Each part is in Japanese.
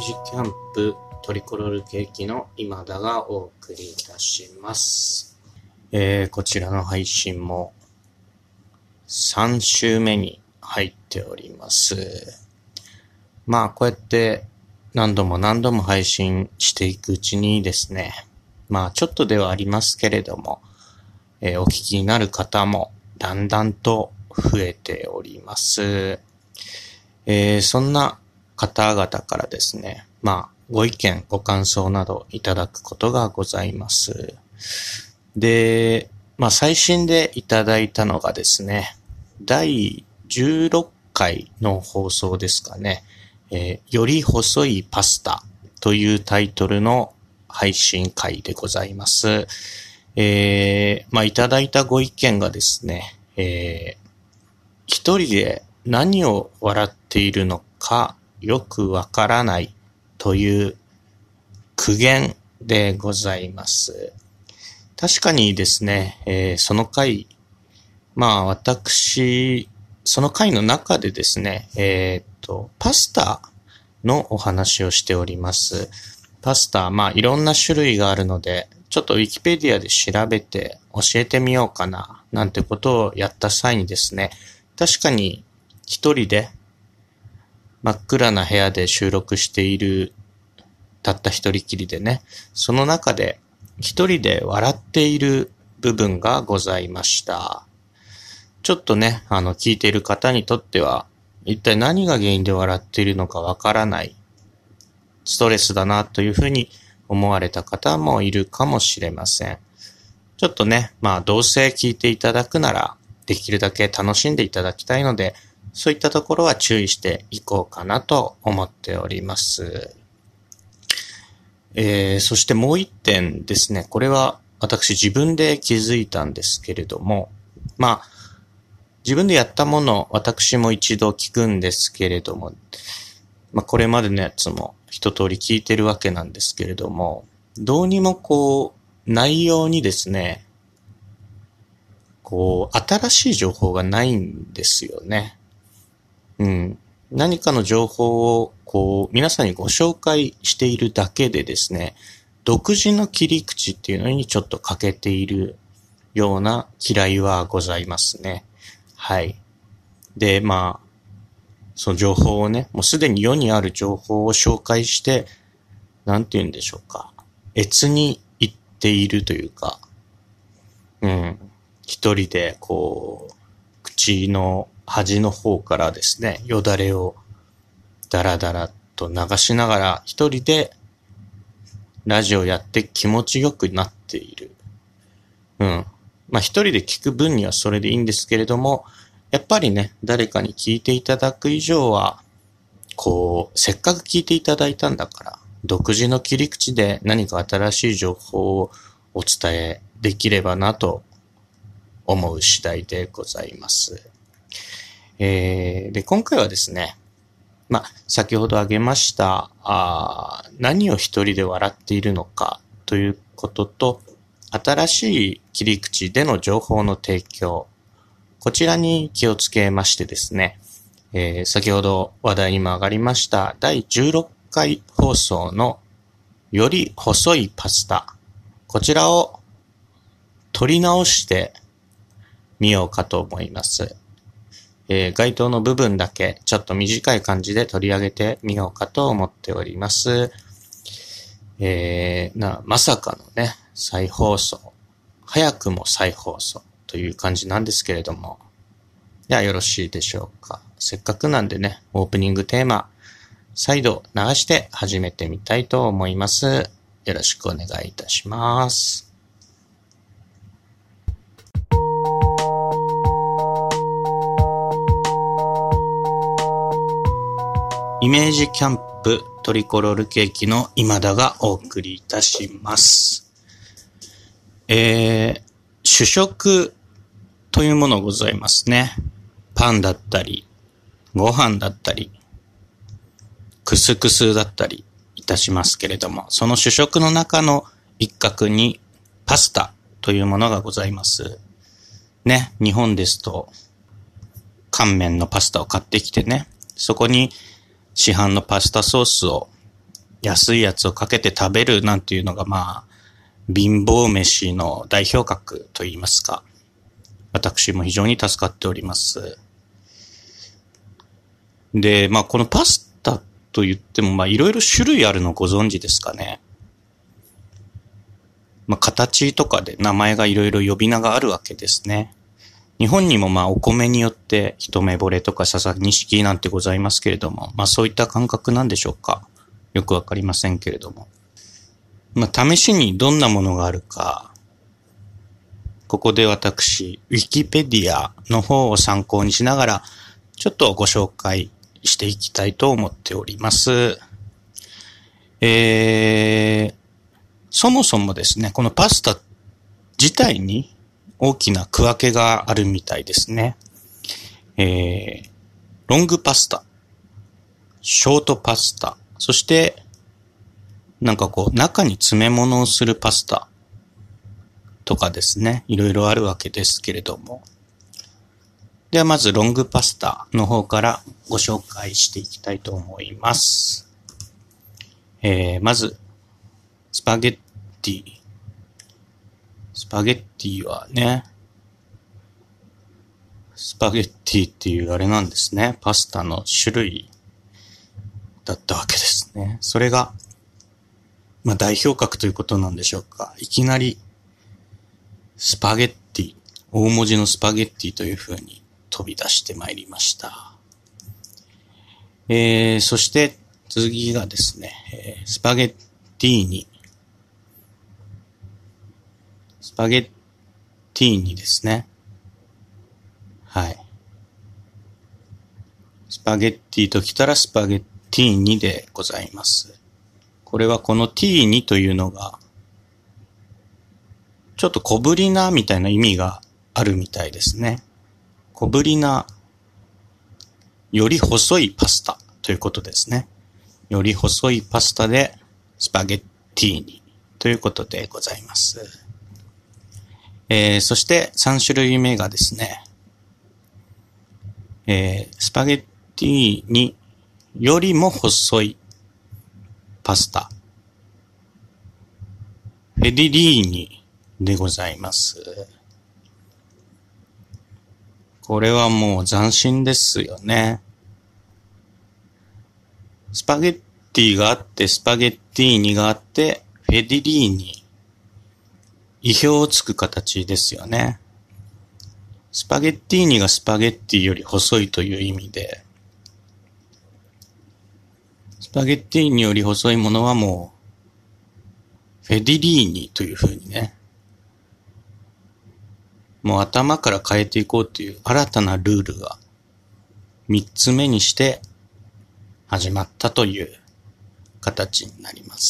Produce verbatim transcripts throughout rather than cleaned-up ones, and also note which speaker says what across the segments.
Speaker 1: ジキャンプトリコロールケーキの今田がお送りいたします。えー、こちらの配信もさん週目に入っております。まあこうやって何度も何度も配信していくうちにですね、まあちょっとではありますけれども、えー、お聞きになる方もだんだんと増えております。えー、そんな方々からですね、まあご意見ご感想などいただくことがございます。で、まあ最新でいただいたのがですね、だいじゅうろっかいの放送ですかね、えー、より細いパスタというタイトルの配信会でございます。えー、まあいただいたご意見がですね、えー、一人で何を笑っているのかよくわからないという苦言でございます。確かにですね、えー、その回、まあ私、その回の中でですね、えー、っと、パスタのお話をしております。パスタ、まあいろんな種類があるので、ちょっとウィキペディアで調べて教えてみようかな、なんてことをやった際にですね、確かに一人で真っ暗な部屋で収録しているたった一人きりでね、その中で一人で笑っている部分がございました。ちょっとね、あの聞いている方にとっては一体何が原因で笑っているのかわからないストレスだなというふうに思われた方もいるかもしれません。ちょっとね、まあどうせ聞いていただくならできるだけ楽しんでいただきたいので、そういったところは注意していこうかなと思っております。えー、そしてもう一点ですね、これは私自分で気づいたんですけれども、まあ、自分でやったもの、私も一度聞くんですけれども、まあこれまでのやつも一通り聞いてるわけなんですけれども、どうにもこう、内容にですね、こう、新しい情報がないんですよね。うん。何かの情報を、こう、皆さんにご紹介しているだけでですね、独自の切り口っていうのにちょっと欠けているような嫌いはございますね。はい。で、まあ、その情報をね、もうすでに世にある情報を紹介して、なんて言うんでしょうか。越に言っているというか、うん。一人で、こう、口の端の方からですね、よだれをダラダラと流しながら一人でラジオやって気持ちよくなっている。うん。まあ一人で聞く分にはそれでいいんですけれども、やっぱりね、誰かに聞いていただく以上は、こう、せっかく聞いていただいたんだから、独自の切り口で何か新しい情報をお伝えできればなと思う次第でございます。えー、で、今回はですね、まあ、先ほど挙げました、あ何を一人で笑っているのかということと、新しい切り口での情報の提供、こちらに気をつけましてですね、えー、先ほど話題にも上がりましただいじゅうろっかい放送のより細いパスタ、こちらを取り直してみようかと思います。えー、該当の部分だけちょっと短い感じで取り上げてみようかと思っております。えー、な、まさかのね、再放送。早くも再放送という感じなんですけれども。いや、よろしいでしょうか。せっかくなんでね、オープニングテーマ、再度流して始めてみたいと思います。よろしくお願いいたします。イメージキャンプトリコロールケーキの今田がお送りいたします。えー、主食というものございますね。パンだったり、ご飯だったり、クスクスだったりいたしますけれども、その主食の中の一角にパスタというものがございます。ね、日本ですと乾麺のパスタを買ってきてね、そこに市販のパスタソースを安いやつをかけて食べるなんていうのがまあ、貧乏飯の代表格といいますか、私も非常に助かっております。で、まあこのパスタと言ってもまあいろいろ種類あるのご存知ですかね。まあ形とかで名前がいろいろ呼び名があるわけですね。日本にもまあお米によって一目惚れとか佐々木錦なんてございますけれども、まあそういった感覚なんでしょうか。よくわかりませんけれども。まあ試しにどんなものがあるか、ここで私、ウィキペディアの方を参考にしながら、ちょっとご紹介していきたいと思っております。えー、そもそもですね、このパスタ自体に大きな区分けがあるみたいですね。えー、ロングパスタ、ショートパスタ、そして、なんかこう、中に詰め物をするパスタとかですね、いろいろあるわけですけれども。ではまずロングパスタの方からご紹介していきたいと思います。えー、まず、スパゲッティ。スパゲッティはね、スパゲッティっていうあれなんですね。パスタの種類だったわけですね。それが、まあ代表格ということなんでしょうか。いきなり、スパゲッティ、大文字のスパゲッティという風に飛び出してまいりました。えー、そして次がですね、えー、スパゲッティーニ。スパゲッティーニですね。はい。スパゲッティときたらスパゲッティーニでございます。これはこのティーニというのが、ちょっと小ぶりなみたいな意味があるみたいですね。小ぶりな、より細いパスタということですね。より細いパスタでスパゲッティーニということでございます。えー、そしてさん種類目がですね、えー、スパゲッティーニよりも細いパスタ。フェディリーニでございます。これはもう斬新ですよね。スパゲッティがあって、スパゲッティーニがあって、フェディリーニ。意表をつく形ですよね。スパゲッティーニがスパゲッティより細いという意味で、スパゲッティーニより細いものはもう、フェディリーニという風にね、もう頭から変えていこうという新たなルールが三つ目にして始まったという形になります。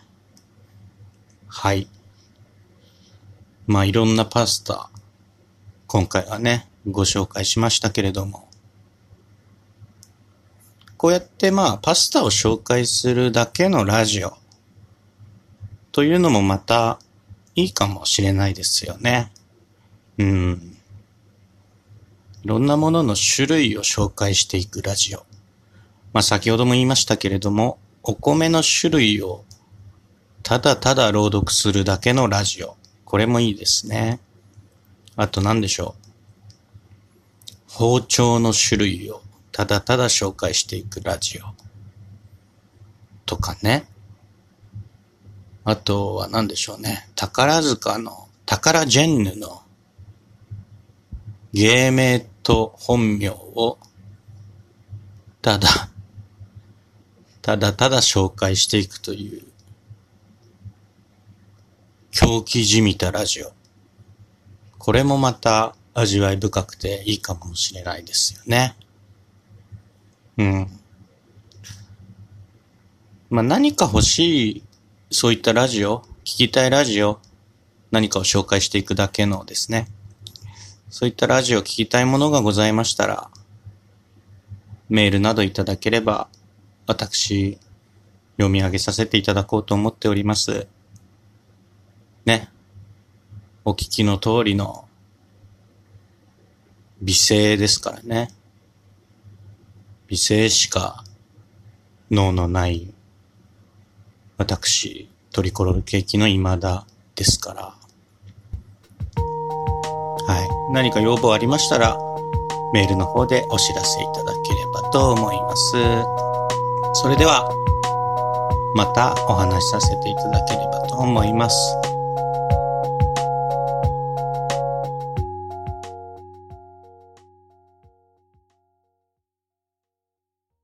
Speaker 1: はい。まあいろんなパスタ、今回はね、ご紹介しましたけれども、こうやってまあパスタを紹介するだけのラジオというのもまたいいかもしれないですよね。うん。いろんなものの種類を紹介していくラジオ。まあ先ほども言いましたけれども、お米の種類をただただ朗読するだけのラジオ。これもいいですね。あと何でしょう。包丁の種類をただただ紹介していくラジオ。とかね。あとは何でしょうね。宝塚の、宝ジェンヌの芸名と本名をただ、ただただ紹介していくという狂気じみたラジオ。これもまた味わい深くていいかもしれないですよね。うん。まあ何か欲しい、そういったラジオ、聞きたいラジオ、何かを紹介していくだけのですね。そういったラジオ聞きたいものがございましたら、メールなどいただければ、私、読み上げさせていただこうと思っております。ね。お聞きの通りの美声ですからね。美声しか脳のない私、トリコロールケーキの今田ですから。はい。何か要望ありましたら、メールの方でお知らせいただければと思います。それでは、またお話しさせていただければと思います。